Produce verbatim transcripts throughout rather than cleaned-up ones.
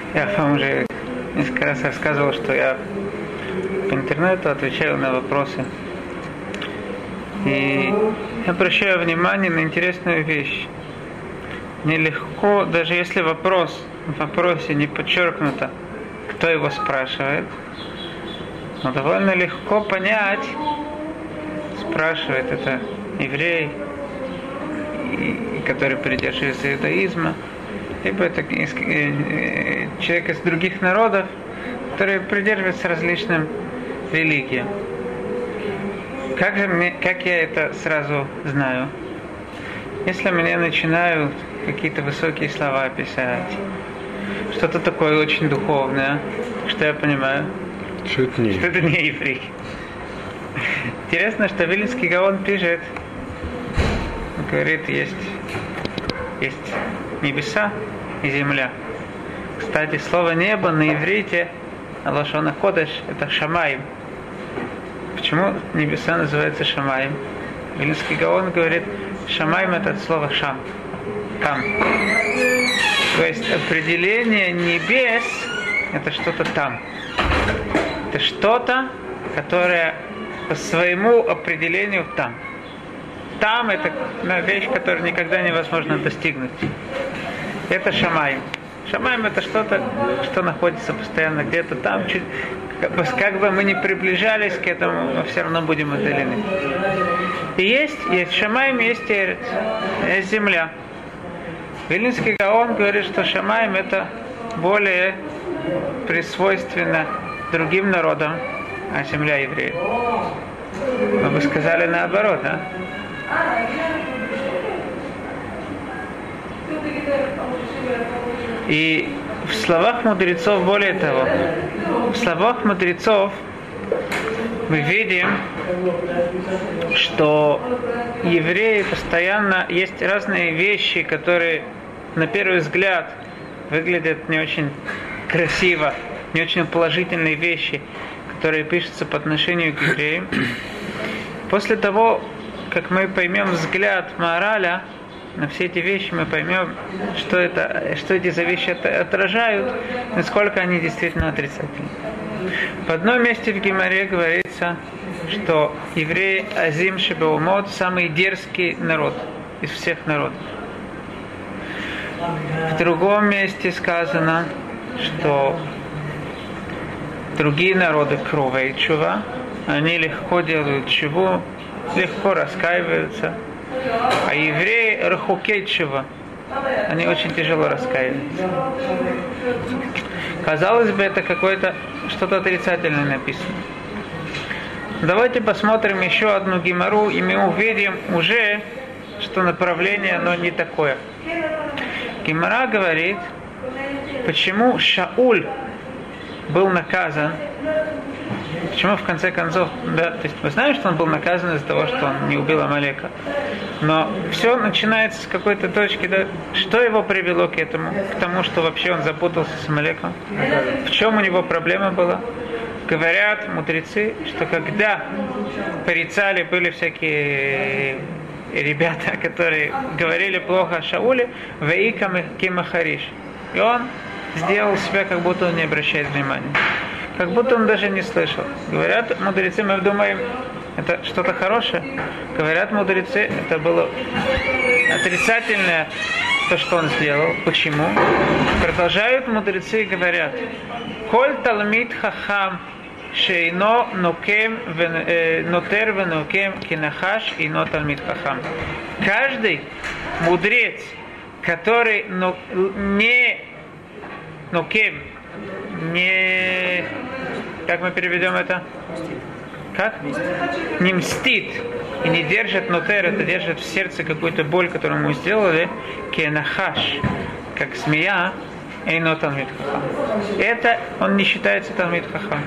Я вам уже несколько раз рассказывал, что я по интернету отвечаю на вопросы. И я обращаю внимание на интересную вещь. Нелегко, даже если вопрос в вопросе не подчеркнуто, кто его спрашивает, но довольно легко понять, спрашивает это еврей, который придерживается иудаизма, либо это человек из других народов, который придерживается различным религиям. Как же мне, как я это сразу знаю? Если мне начинают какие-то высокие слова писать, что-то такое очень духовное, что я понимаю, что это не, что это не еврей. Интересно, что Вильнский Гаон пишет, говорит, есть, есть небеса и земля. Кстати, слово небо на иврите, лашон кодеш, это шамаим. Почему небеса называются шамаим? Вильнский Гаон говорит, шамаим это от слова шам, там. То есть определение небес это что-то там. Это что-то, которое по своему определению там. Там это вещь, которую никогда невозможно достигнуть. Это шамаим. Шамаим это что-то, что находится постоянно где-то там. Чуть, как бы мы ни приближались к этому, мы все равно будем отдалены. И есть, есть шамаим, есть эрец, есть земля. Вильнский Гаон говорит, что шамаим это более присвойственно другим народам, а земля евреев. Мы бы сказали наоборот, да? И в словах мудрецов, более того, в словах мудрецов мы видим, что евреи постоянно есть разные вещи, которые на первый взгляд выглядят не очень красиво, не очень положительные вещи, которые пишутся по отношению к евреям. После того, как мы поймем взгляд Маораля на все эти вещи, мы поймем, что, это, что эти за вещи отражают, насколько они действительно отрицательны. В одном месте в Гемаре говорится, что евреи Азим Шебеумот самый дерзкий народ из всех народов. В другом месте сказано, что другие народы Крува и Чува, они легко делают чуву, легко раскаиваются, а евреи Рахукей Чува, они очень тяжело раскаиваются. Казалось бы, это какое-то что-то отрицательное написано. Давайте посмотрим еще одну гемару, и мы увидим уже, что направление оно не такое. Гемара говорит, почему Шауль был наказан, почему в конце концов, да, то есть мы знаем, что он был наказан из-за того, что он не убил Амалека, но все начинается с какой-то точки, да, что его привело к этому, к тому, что вообще он запутался с Амалеком, в чем у него проблема была. Говорят мудрецы, что когда порицали, были всякие ребята, которые говорили плохо о Шауле, «Ваикам кимахариш», и он сделал себя, как будто он не обращает внимания. Как будто он даже не слышал. Говорят мудрецы, мы думаем, это что-то хорошее. Говорят мудрецы, это было отрицательное то, что он сделал. Почему? Продолжают мудрецы и говорят, «Коль талмид хахам шейно нокем нотер венокем кинахаш и но талмид хахам». Каждый мудрец, который не нокем, не... Как мы переведем это? Как? Не мстит и не держит нотер, это держит в сердце какую-то боль, которую мы сделали, кенахаш, как змея, и но талмид хахам. Это он не считается талмид хахам.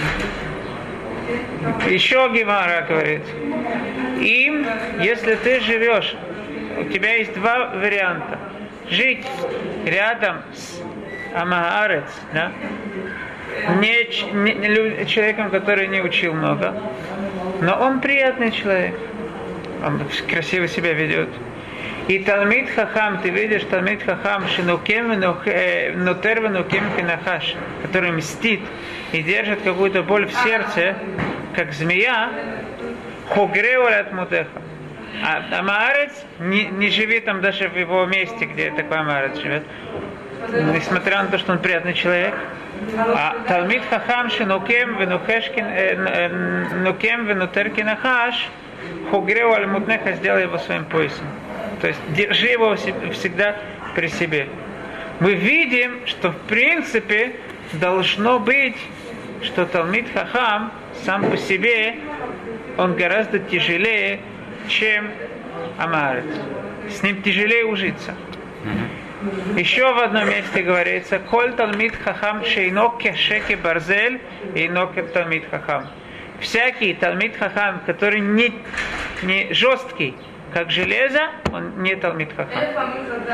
Еще Гемара говорит, им, если ты живешь, у тебя есть два варианта. Жить рядом с Амаарец, да? Не, не, не человеком, который не учил много, но он приятный человек, он красиво себя ведет. И Талмид Хахам, ты видишь, Талмид Хахам, Шинукем, Нотер Венукем Кинахаш, который мстит и держит какую-то боль в сердце, как змея, Хогреу от Мудеха. А, а Маарец не, не живет там даже в его месте, где такой Маарец живет, несмотря на то, что он приятный человек. А Талмид Хахам Шинукем Венухешкин Нукем Венутер Кинахаш Хогреу аль Муднеха, сделай его своим поясом. То есть держи его всегда при себе. Мы видим, что в принципе должно быть, что Талмид Хахам сам по себе он гораздо тяжелее, чем Амарец. С ним тяжелее ужиться. Mm-hmm. Еще в одном месте говорится: «Коль Талмид Хахам шейнок кешеки барзель и нок Талмид Хахам». Всякий Талмид Хахам, который не, не жесткий, как железо, он не Талмид Хахам.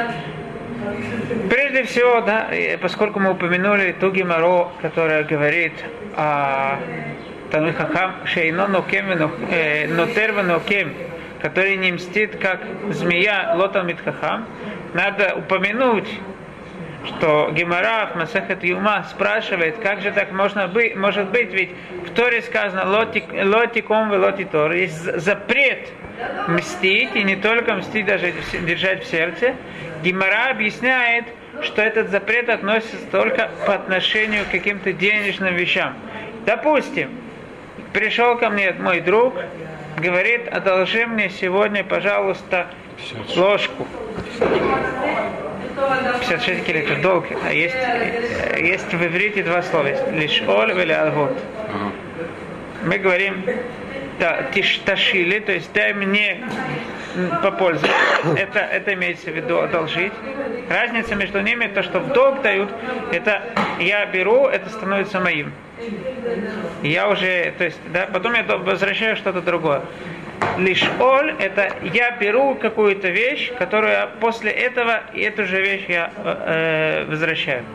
Прежде всего, да, поскольку мы упомянули ту гемару, которая говорит о Талмид Хахам шейно нокем нотер венокем, который не мстит, как змея, ло Талмид Хахам, надо упомянуть, что Гемара в Масехет Юма спрашивает, как же так можно быть, может быть, ведь в Торе сказано лотиком ве лотитор, есть запрет мстить, и не только мстить, даже держать в сердце. Гемара объясняет, что этот запрет относится только по отношению к каким-то денежным вещам. Допустим, пришел ко мне мой друг, говорит: одолжи мне сегодня, пожалуйста, ложку. пятьдесят шесть шекелей, это долг. А есть, есть в иврите два слова. Лишь оль или алгот. Мы говорим ташили, то есть дай мне попользоваться. Это, это имеется в виду одолжить. Разница между ними, то, что в долг дают, это я беру, это становится моим. Я уже, то есть, да, потом я возвращаю что-то другое. Лишь оль, это я беру какую-то вещь, которую после этого эту же вещь я э, возвращаю.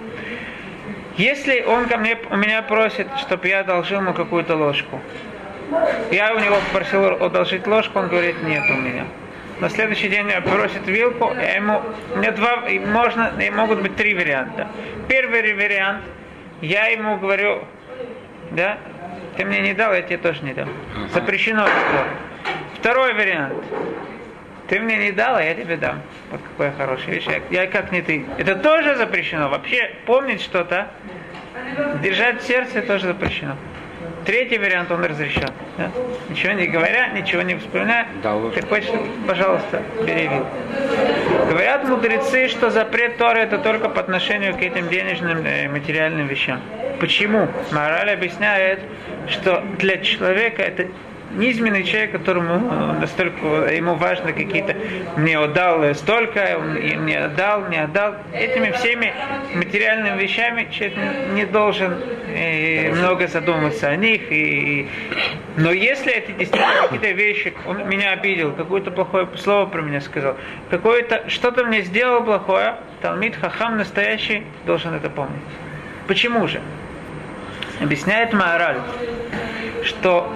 Если он ко мне, у меня просит, чтобы я одолжил ему какую-то ложку, я у него попросил одолжить ложку, он говорит: нет у меня. На следующий день он просит вилку, я ему, у меня два, можно, могут быть три варианта. Первый вариант, я ему говорю: да, ты мне не дал, я тебе тоже не дам. Запрещено это. Второй вариант. Ты мне не дал, а я тебе дам. Вот какая хорошая вещь. Я, я как не ты. Это тоже запрещено. Вообще помнить что-то, держать в сердце тоже запрещено. Третий вариант, он разрешен. Да? Ничего не говоря, ничего не вспоминая. Ты хочешь, пожалуйста, бери вилку. Говорят мудрецы, что запрет Торы это только по отношению к этим денежным материальным вещам. Почему? Мораль объясняет, что для человека это низменный человек, которому настолько ему важно какие-то, мне отдал столько, мне отдал, не отдал. Этими всеми материальными вещами человек не должен э, много задумываться о них. И, но если это действительно какие-то вещи, он меня обидел, какое-то плохое слово про меня сказал, какое-то, что-то мне сделал плохое, Талмид Хахам настоящий должен это помнить. Почему же? Объясняет Маораль, что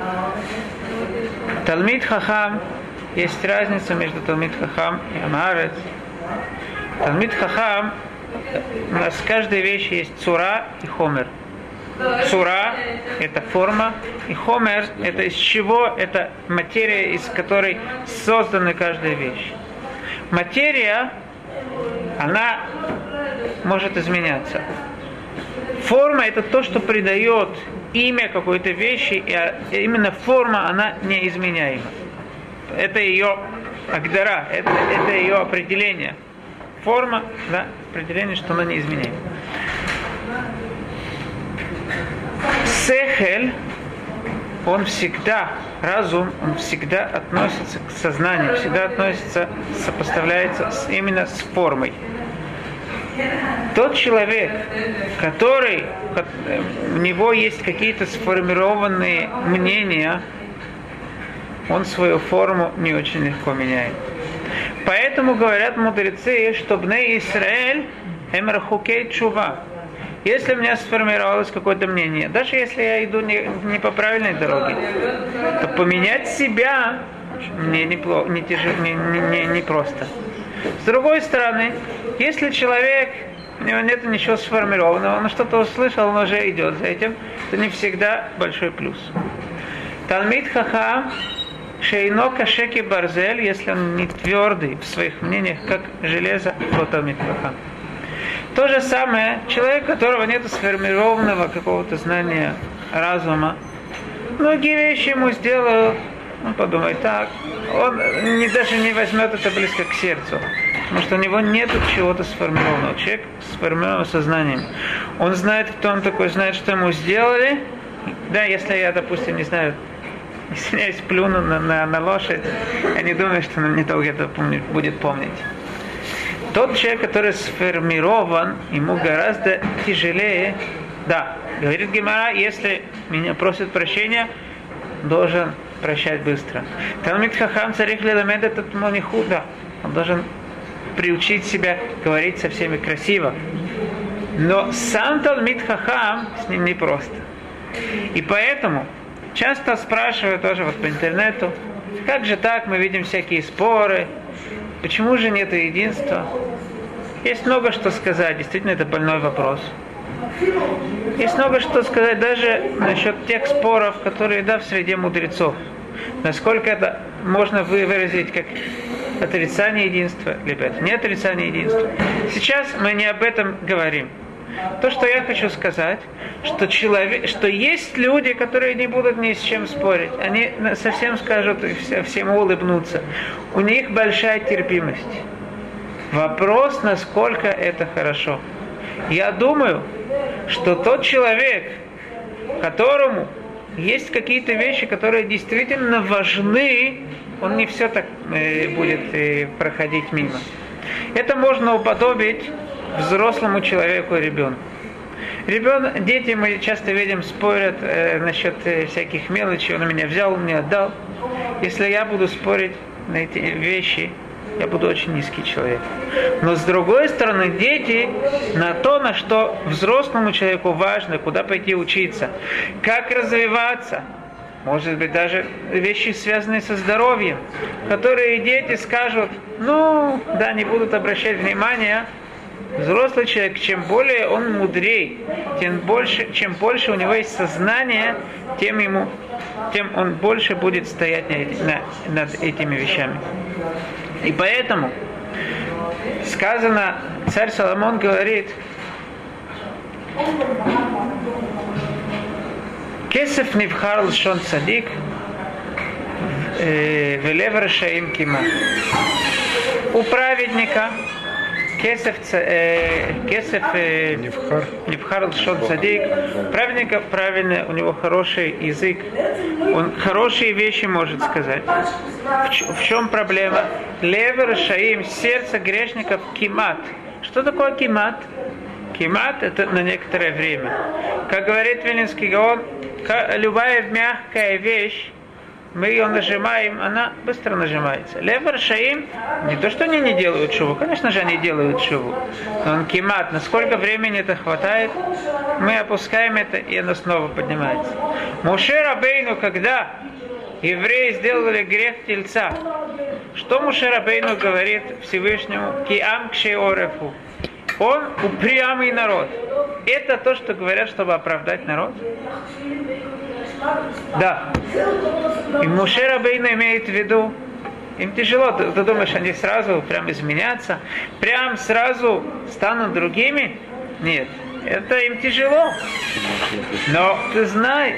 Талмид Хахам, есть разница между Талмид Хахам и Амарец. Талмид Хахам, у нас в каждой вещи есть цура и хомер. Цура – это форма, и хомер – это из чего? Это материя, из которой создана каждая вещь. Материя, она может изменяться. Форма – это то, что придает имя какой-то вещи, и именно форма, она неизменяема. Это ее агдара, это, это ее определение. Форма, да, определение, что она неизменяема. Сехель, он всегда, разум, он всегда относится к сознанию, всегда относится, сопоставляется с, именно с формой. Тот человек, который, у него есть какие-то сформированные мнения, он свою форму не очень легко меняет. Поэтому говорят мудрецы, что бней Исраэль эмрахукей чува. Если у меня сформировалось какое-то мнение, даже если я иду не, не по правильной дороге, то поменять себя мне не, не, не, не, не просто. С другой стороны, если человек, у него нет ничего сформированного, он что-то услышал, он уже идет за этим, это не всегда большой плюс. Талмид хахам шейно кашеки барзель, если он не твердый в своих мнениях, как железо, то талмид хахам. То же самое, человек, у которого нет сформированного какого-то знания разума, многие вещи ему сделают, он подумает так, он не, даже не возьмет это близко к сердцу, потому что у него нет чего-то сформированного. Человек с сформированным сознанием, он знает, кто он такой, знает, что ему сделали. Да, если я, допустим, не знаю, извиняюсь, плюну на, на, на лошадь, я не думаю, что он недолго это помнит, будет помнить. Тот человек, который сформирован, ему гораздо тяжелее. Да, говорит Гемара, если меня просят прощения, должен прощать быстро. Талмид хахам царих леламед этот монихуда. Он должен приучить себя говорить со всеми красиво. Но сам талмид хахам с ним непросто. И поэтому часто спрашивают тоже вот по интернету, как же так, мы видим всякие споры, почему же нет единства? Есть много что сказать, действительно это больной вопрос. Есть много что сказать даже насчет тех споров, которые, да, в среде мудрецов. Насколько это можно выразить как отрицание единства, либо это не отрицание единства. Сейчас мы не об этом говорим. То, что я хочу сказать, что, человек, что есть люди, которые не будут ни с чем спорить. Они совсем скажут, всему улыбнутся. У них большая терпимость. Вопрос, насколько это хорошо. Я думаю, что тот человек, которому есть какие-то вещи, которые действительно важны, он не все так э, будет э, проходить мимо. Это можно уподобить взрослому человеку и ребенку. Ребенок, дети, мы часто видим, спорят э, насчет э, всяких мелочей. Он у меня взял, он мне отдал. Если я буду спорить на эти вещи, я буду очень низкий человек. Но с другой стороны, дети на то, на что взрослому человеку важно, куда пойти учиться, как развиваться, может быть, даже вещи, связанные со здоровьем, которые дети скажут, ну, да, не будут обращать внимания. Взрослый человек, чем более он мудрее, тем больше, чем больше у него есть сознание, тем ему, тем он больше будет стоять на, над этими вещами. И поэтому сказано, царь Соломон говорит, Кесеф нивхар лшон цадик, велев рашаим кима. У праведника Кесеф, э, кесеф э, Нивхар лшон цадик, праведника правильно, у него хороший язык, он хорошие вещи может сказать. В, в чем проблема? Левер шаим, сердце грешников кимат. Что такое кимат? Кимат это на некоторое время. Как говорит Вилнинский Гаон, любая мягкая вещь, мы ее нажимаем, она быстро нажимается. Левер шаим, не то, что они не делают шуву, конечно же, они делают шуву. Но он кимат, насколько времени это хватает, мы опускаем это, и оно снова поднимается. Моше Рабейну, когда евреи сделали грех тельца, что Моше Рабейну говорит Всевышнему? Киам кшеорефу. Он упрямый народ. Это то, что говорят, чтобы оправдать народ? Да. И Моше Рабейну имеет в виду, им тяжело, ты, ты думаешь, они сразу прям изменятся, прям сразу станут другими? Нет, это им тяжело. Но ты знаешь,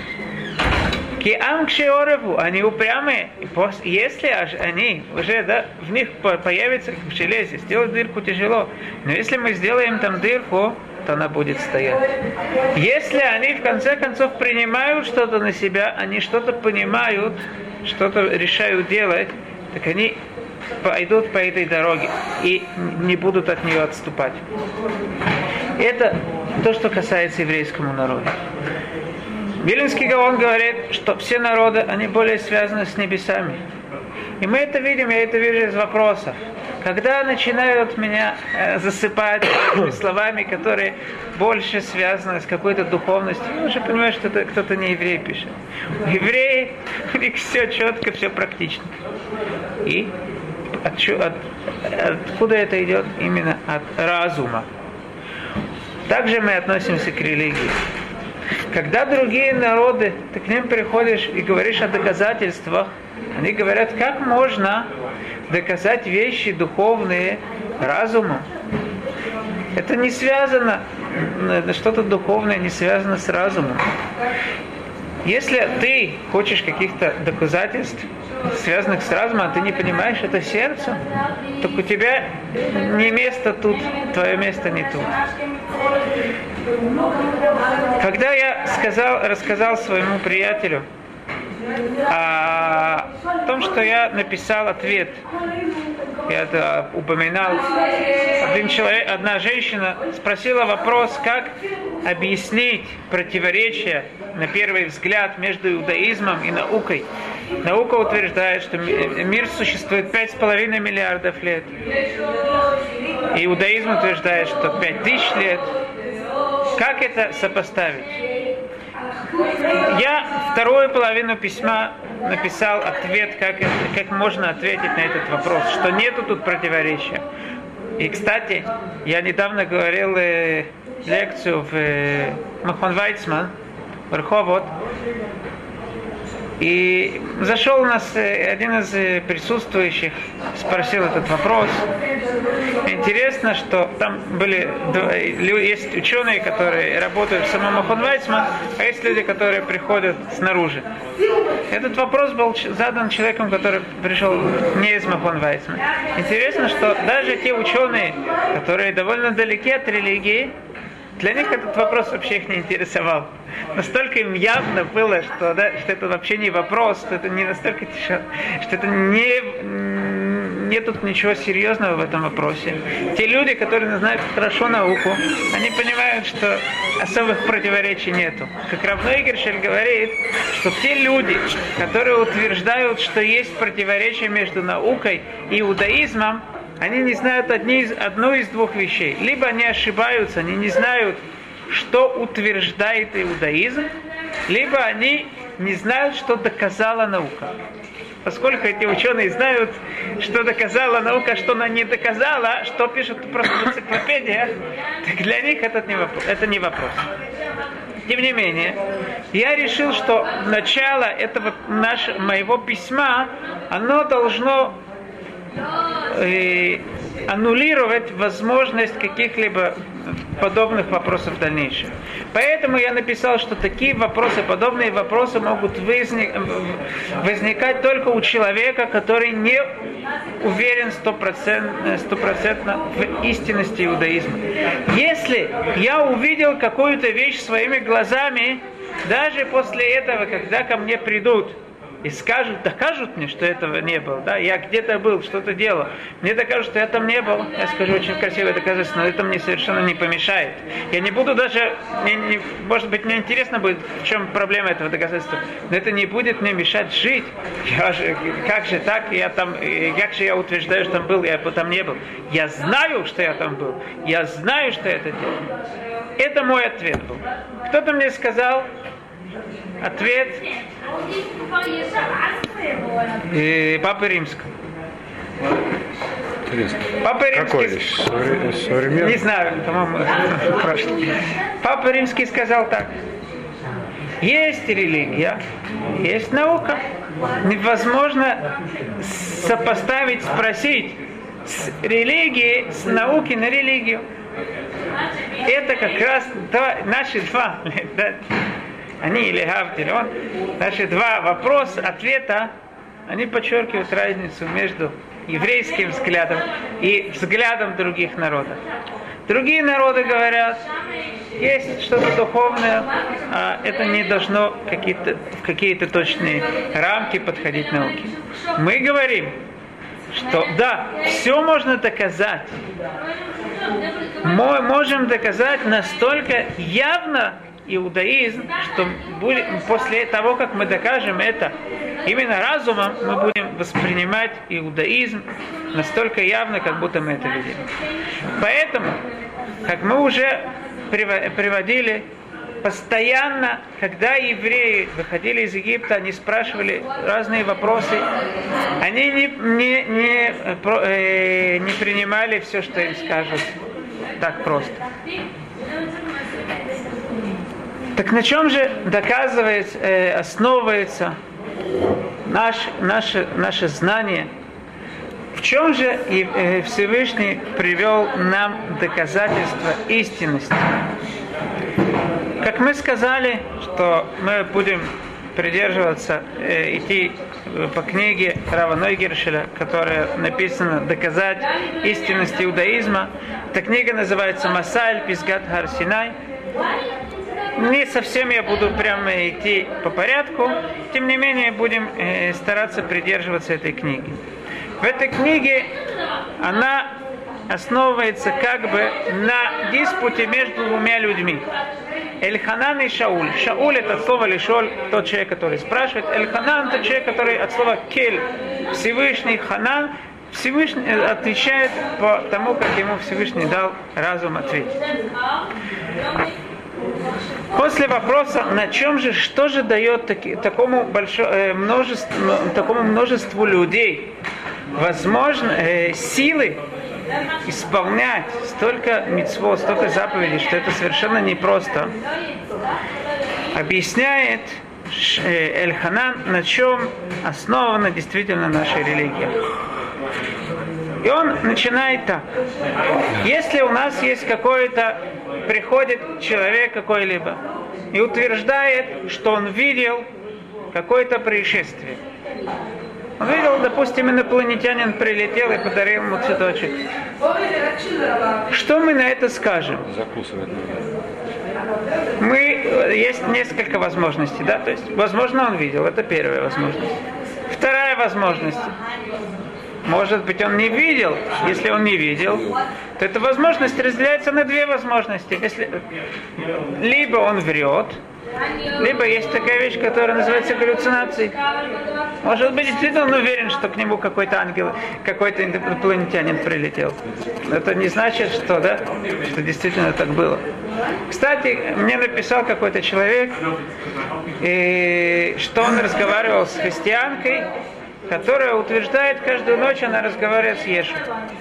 Киам кшеореву, они упрямые. Если они уже, да, в них появится в железе, сделать дырку тяжело. Но если мы сделаем там дырку, то она будет стоять. Если они в конце концов принимают что-то на себя, они что-то понимают, что-то решают делать, так они пойдут по этой дороге и не будут от нее отступать. Это то, что касается еврейскому народу. Вилнинский Гаон говорит, что все народы, они более связаны с небесами. И мы это видим, я это вижу из вопросов. Когда начинают меня э, засыпать словами, которые больше связаны с какой-то духовностью, я уже понимаю, что это кто-то не еврей пишет. Евреи, у них все четко, все практично. И от, от, откуда это идет? Именно от разума. Также мы относимся к религии. Когда другие народы, ты к ним приходишь и говоришь о доказательствах, они говорят, как можно доказать вещи духовные разумом. Это не связано, что-то духовное не связано с разумом. Если ты хочешь каких-то доказательств, связанных с разумом, а ты не понимаешь это сердцем, то у тебя не место тут, твое место не тут. Когда я сказал, рассказал своему приятелю о том, что я написал ответ, я это упоминал, один человек, одна женщина спросила вопрос, как объяснить противоречие, на первый взгляд, между иудаизмом и наукой. Наука утверждает, что мир существует пять с половиной миллиардов лет. Иудаизм утверждает, что пять тысяч лет. Как это сопоставить? Я вторую половину письма написал ответ, как, как можно ответить на этот вопрос, что нету тут противоречия. И, кстати, я недавно говорил э, лекцию в э, Махон Вайцман, в Рховод, и зашел у нас один из присутствующих, спросил этот вопрос. Интересно, что там были, есть ученые, которые работают в самом Махон Вайцман, а есть люди, которые приходят снаружи. Этот вопрос был задан человеком, который пришел не из Махон Вайцман. Интересно, что даже те ученые, которые довольно далеки от религии, для них этот вопрос вообще их не интересовал. Настолько им явно было, что, да, что это вообще не вопрос, что это не настолько тяжело, что это не, нет тут ничего серьезного в этом вопросе. Те люди, которые знают хорошо науку, они понимают, что особых противоречий нету. Как Рав Ной Гершель говорит, что те люди, которые утверждают, что есть противоречие между наукой и иудаизмом, они не знают одни из, одну из двух вещей. Либо они ошибаются, они не знают, что утверждает иудаизм, либо они не знают, что доказала наука. Поскольку эти ученые знают, что доказала наука, что она не доказала, что пишут просто в энциклопедиях, так для них это не вопрос. Это не вопрос. Тем не менее, я решил, что начало этого нашего, моего письма, оно должно аннулировать возможность каких-либо подобных вопросов в дальнейшем. Поэтому я написал, что такие вопросы, подобные вопросы могут возник, возникать только у человека, который не уверен стопроцентно в истинности иудаизма. Если я увидел какую-то вещь своими глазами, даже после этого, когда ко мне придут и скажут, докажут мне, что этого не было, да, я где-то был, что-то делал, мне докажут, что я там не был, я скажу очень красивое доказательство, но это мне совершенно не помешает. Я не буду даже, не, не, может быть, мне интересно будет, в чем проблема этого доказательства, но это не будет мне мешать жить. Я же, как же так, я там, как же я утверждаю, что там был, я там не был. Я знаю, что я там был, я знаю, что я это делал. Это мой ответ был. Кто-то мне сказал, ответ и Папы Римского. Интересно. Папа Какой? Римский... Современный? Не знаю, по-моему, прошлый. Папа Римский сказал так. Есть религия, есть наука. Невозможно сопоставить, спросить с религии, с науки на религию. Это как раз два, наши два... Они или Гавтель, он, наши два вопроса, ответа, они подчеркивают разницу между еврейским взглядом и взглядом других народов. Другие народы говорят, есть что-то духовное, а это не должно какие-то, в какие-то точные рамки подходить науке. Мы говорим, что да, все можно доказать. Мы можем доказать настолько явно, иудаизм, что после того, как мы докажем это именно разумом, мы будем воспринимать иудаизм настолько явно, как будто мы это видим. Поэтому, как мы уже приводили, постоянно, когда евреи выходили из Египта, они спрашивали разные вопросы. Они не, не, не, э, не принимали все, что им скажут. Так просто. Так на чем же доказывается, э, основывается наш, наше, наше знание? В чем же э, Всевышний привел нам доказательство истинности? Как мы сказали, что мы будем придерживаться, э, идти по книге Рава Нойгершеля, которая написана «Доказать истинность иудаизма». Эта книга называется «Масаль Писгат Гар Синай». Не совсем я буду прямо идти по порядку, тем не менее будем э, стараться придерживаться этой книги. В этой книге она основывается как бы на диспуте между двумя людьми. Эль-Ханан и Шауль. Шауль это слово лишоль, тот человек, который спрашивает. Эль-Ханан это человек, который от слова кель, Всевышний. Ханан, Всевышний отвечает по тому, как ему Всевышний дал разум ответить. После вопроса, на чем же, что же дает таки, такому, большому, э, множеству, такому множеству людей возможно, э, силы исполнять столько мицвот, столько заповедей, что это совершенно непросто, объясняет Эль-Ханан, на чем основана действительно наша религия. И он начинает так. Если у нас есть какой-то, приходит человек какой-либо и утверждает, что он видел какое-то происшествие. Он видел, допустим, инопланетянин прилетел и подарил ему цветочек. Что мы на это скажем? Мы, есть несколько возможностей, да, то есть, возможно, он видел, это первая возможность. Вторая возможность. Может быть, он не видел. Если он не видел, то эта возможность разделяется на две возможности. Если либо он врет, либо есть такая вещь, которая называется галлюцинацией. Может быть, действительно он уверен, что к нему какой-то ангел, какой-то инопланетянин прилетел. Это не значит, что, да, что действительно так было. Кстати, мне написал какой-то человек, и, что он разговаривал с христианкой, которая утверждает, каждую ночь она разговаривает с Ешу.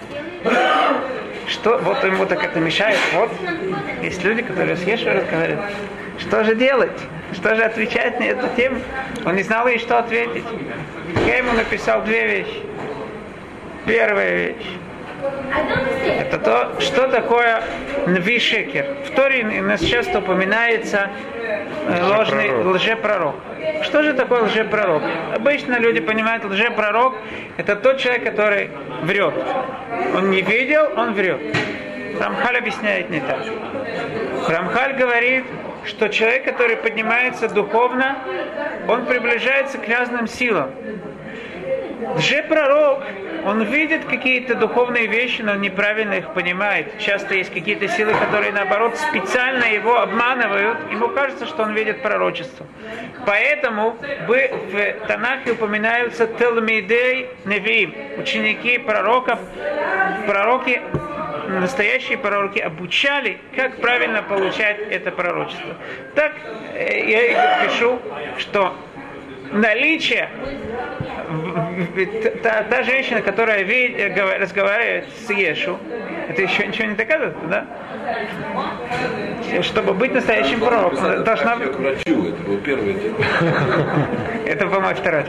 Что, вот ему так это мешает. Вот, есть люди, которые с Ешу разговаривают. Что же делать? Что же отвечать на эту тему? Он не знал ей, что ответить. Я ему написал две вещи. Первая вещь. Это то, что такое нви-шекер. В Торе у нас часто упоминается ложный лжепророк. Что же такое лжепророк? Обычно люди понимают, лжепророк это тот человек, который врет. Он не видел, он врет. Рамхаль объясняет не так. Рамхаль говорит, что человек, который поднимается духовно, он приближается к разным силам. Лжепророк, он видит какие-то духовные вещи, но неправильно их понимает. Часто есть какие-то силы, которые, наоборот, специально его обманывают. Ему кажется, что он видит пророчество. Поэтому в Танахе упоминаются Телмидей Невиим, ученики пророков. Пророки, настоящие пророки, обучали, как правильно получать это пророчество. Так я пишу, что наличие, та, та женщина, которая видит, разговаривает с Ешу, это еще ничего не доказывает, да? Чтобы быть настоящим пророком, должна... К врачу, это был первый день. Это был мой второй.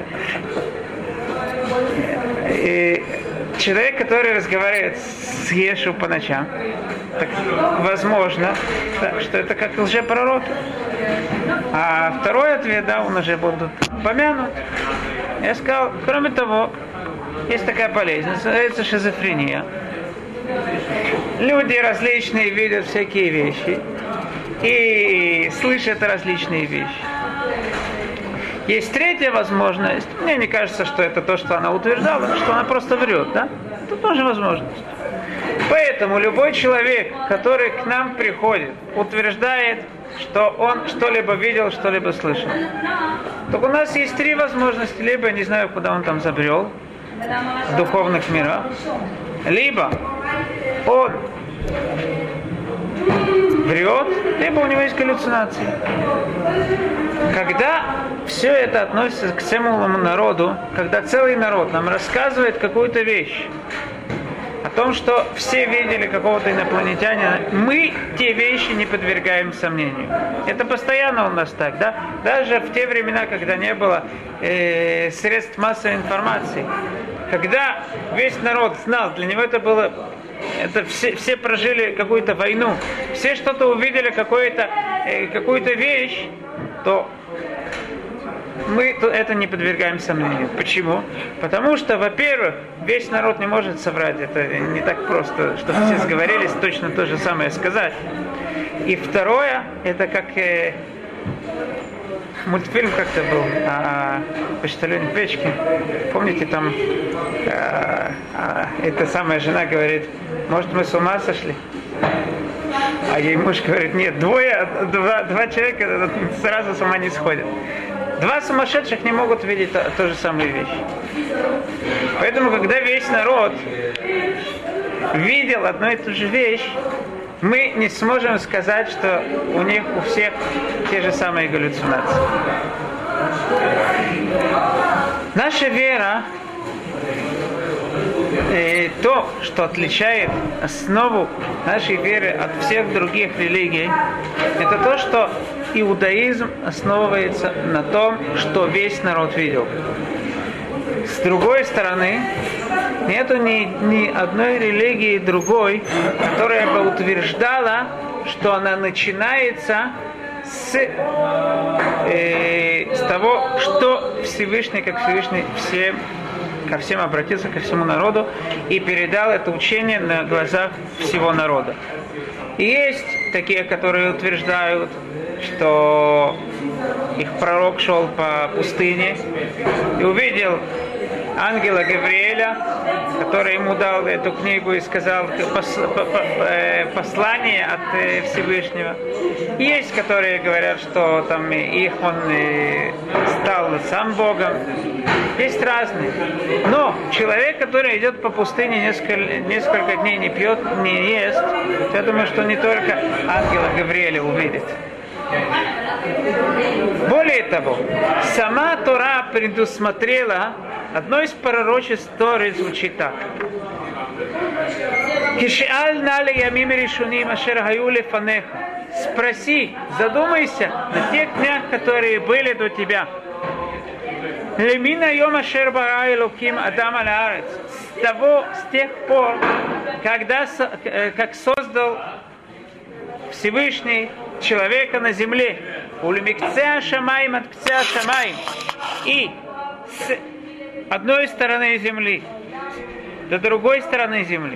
И человек, который разговаривает с Ешу по ночам, так возможно, да, что это как лжепророки. А второй ответ, да, он уже будут помянут. Я сказал, кроме того, есть такая болезнь, называется шизофрения. Люди различные видят всякие вещи и слышат различные вещи. Есть третья возможность. Мне не кажется, что это то, что она утверждала, что она просто врет, да? Это тоже возможность. Поэтому любой человек, который к нам приходит, утверждает, что он что-либо видел, что-либо слышал. Так у нас есть три возможности. Либо, я не знаю, куда он там забрел, в духовных мирах. Либо он врет, либо у него есть галлюцинации. Когда все это относится к целому народу, когда целый народ нам рассказывает какую-то вещь, о том, что все видели какого-то инопланетянина, мы те вещи не подвергаем сомнению. Это постоянно у нас так, да? Даже в те времена, когда не было э, средств массовой информации, когда весь народ знал, для него это было, это все, все прожили какую-то войну, все что-то увидели, какую-то, э, какую-то вещь, то мы это не подвергаем сомнению. Почему? Потому что, во-первых, весь народ не может соврать. Это не так просто, чтобы все сговорились точно то же самое сказать. И второе, это как э, мультфильм как-то был о почтальоне Печке. Помните, там э, э, эта самая жена говорит, может, мы с ума сошли? А ей муж говорит, нет, двое, два, два человека сразу с ума не сходят. Два сумасшедших не могут видеть ту, ту же самую вещь. Поэтому, когда весь народ видел одну и ту же вещь, мы не сможем сказать, что у них у всех те же самые галлюцинации. Наша вера, и то, что отличает основу нашей веры от всех других религий, это то, что иудаизм основывается на том, что весь народ видел. С другой стороны, нету ни, ни одной религии другой, которая бы утверждала, что она начинается с, э, с того, что Всевышний, как Всевышний всем, ко всем обратился, ко всему народу, и передал это учение на глазах всего народа. И есть такие, которые утверждают, что их пророк шел по пустыне и увидел ангела Гавриэля, который ему дал эту книгу и сказал послание от Всевышнего. Есть, которые говорят, что там их он стал сам Богом. Есть разные. Но человек, который идет по пустыне несколько, несколько дней, не пьет, не ест, я думаю, что не только ангела Гавриэля увидит. Более того, сама Тора предусмотрела, одно из пророчеств Торы звучит так. Спроси, задумайся на тех днях, которые были до тебя. С того, с тех пор, когда, как создал Всевышний человека на земле, и с одной стороны земли до другой стороны земли,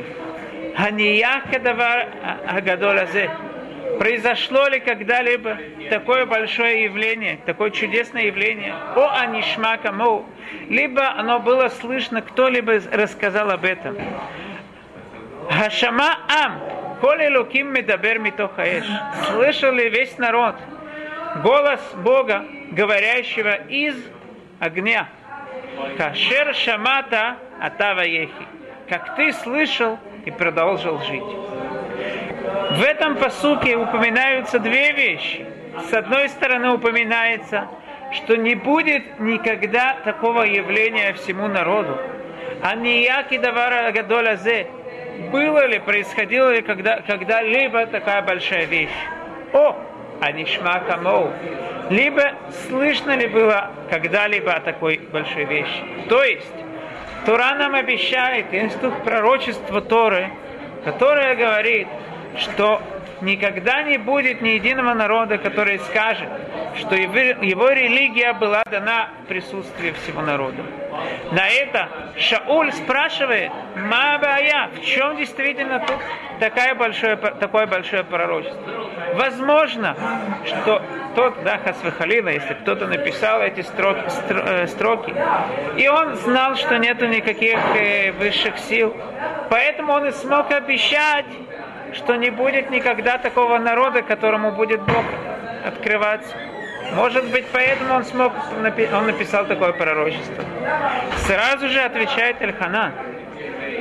произошло ли когда-либо такое большое явление, такое чудесное явление, о анишма камоу, либо оно было слышно, кто-либо рассказал об этом. Хашама ам, коли луким медабер митохаэш. Слышал ли весь народ голос Бога, говорящего из огня? Кашер шамата атава ехи. Как ты слышал и продолжил жить. В этом пасуке упоминаются две вещи. С одной стороны упоминается, что не будет никогда такого явления всему народу. Анияки давара гадолазе. Было ли, происходило ли когда, когда-либо такая большая вещь? О, анишма камоу. Либо слышно ли было когда-либо о такой большой вещи? То есть, Тора нам обещает институт пророчества Торы, которое говорит, что никогда не будет ни единого народа, который скажет, что его религия была дана в присутствии всего народа. На это Шауль спрашивает, ма бая, в чем действительно тут такое большое, такое большое пророчество? Возможно, что тот, да, хасвахалила, если кто-то написал эти строки, строки, и он знал, что нету никаких высших сил, поэтому он и смог обещать, что не будет никогда такого народа, которому будет Бог открываться. Может быть, поэтому он смог, он написал такое пророчество. Сразу же отвечает Эльханан.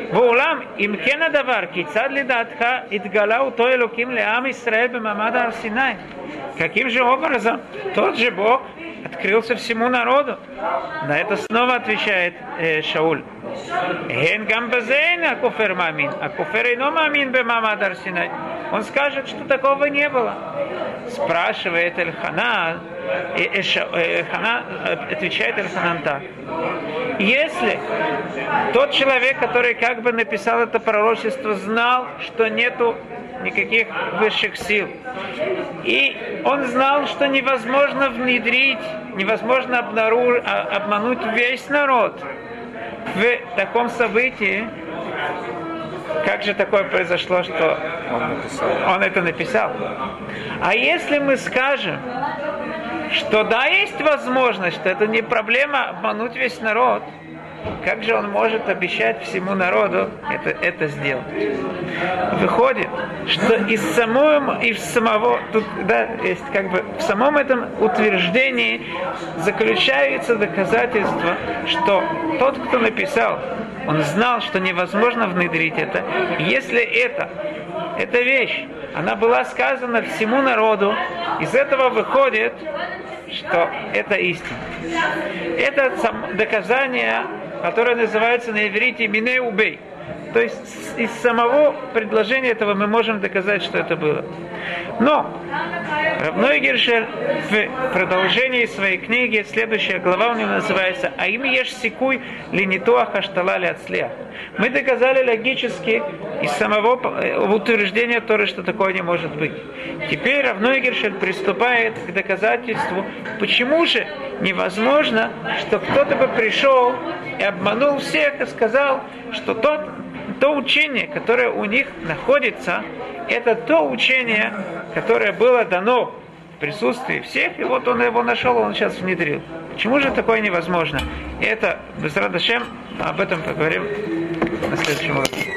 ואולם, אם כן הדבר, כיצד לדעתך התגלה אותו אלוקים לעם ישראל במעמד הר Синай? Каким же образом тот же Бог открылся всему народу? На это снова отвечает э, Шауль. Ген гамбазейн акуфер мамин, акуфер ино мамин бемамад ар Синай. Он скажет, что такого не было. Спрашивает Эльханан, и Эльханан отвечает Эльханан так. Если тот человек, который как бы написал это пророчество, знал, что нету никаких высших сил, и он знал, что невозможно внедрить, невозможно обнаружить, обмануть весь народ в таком событии, как же такое произошло, что он, он это написал? А если мы скажем, что да, есть возможность, что это не проблема обмануть весь народ, как же он может обещать всему народу это, это сделать? Выходит, что из самого, из самого тут, да, есть как бы в самом этом утверждении заключается доказательство, что тот, кто написал, он знал, что невозможно внедрить это. И если это, эта вещь, она была сказана всему народу, из этого выходит, что это истина. Это доказание, которое называется на иврите «миней убей». То есть из самого предложения этого мы можем доказать, что это было. Но Рав Ной Гершель в продолжении своей книги, следующая глава у него называется «Аим еш сикуй линитуах аштала ляцлях». Мы доказали логически из самого утверждения Торы, что такое не может быть. Теперь Рав Ной Гершель приступает к доказательству, почему же невозможно, что кто-то бы пришел и обманул всех и сказал, что тот то учение, которое у них находится, это то учение, которое было дано в присутствии всех, и вот он его нашел, он сейчас внедрил. Почему же такое невозможно? И это, без радошем, об этом поговорим на следующем уроке.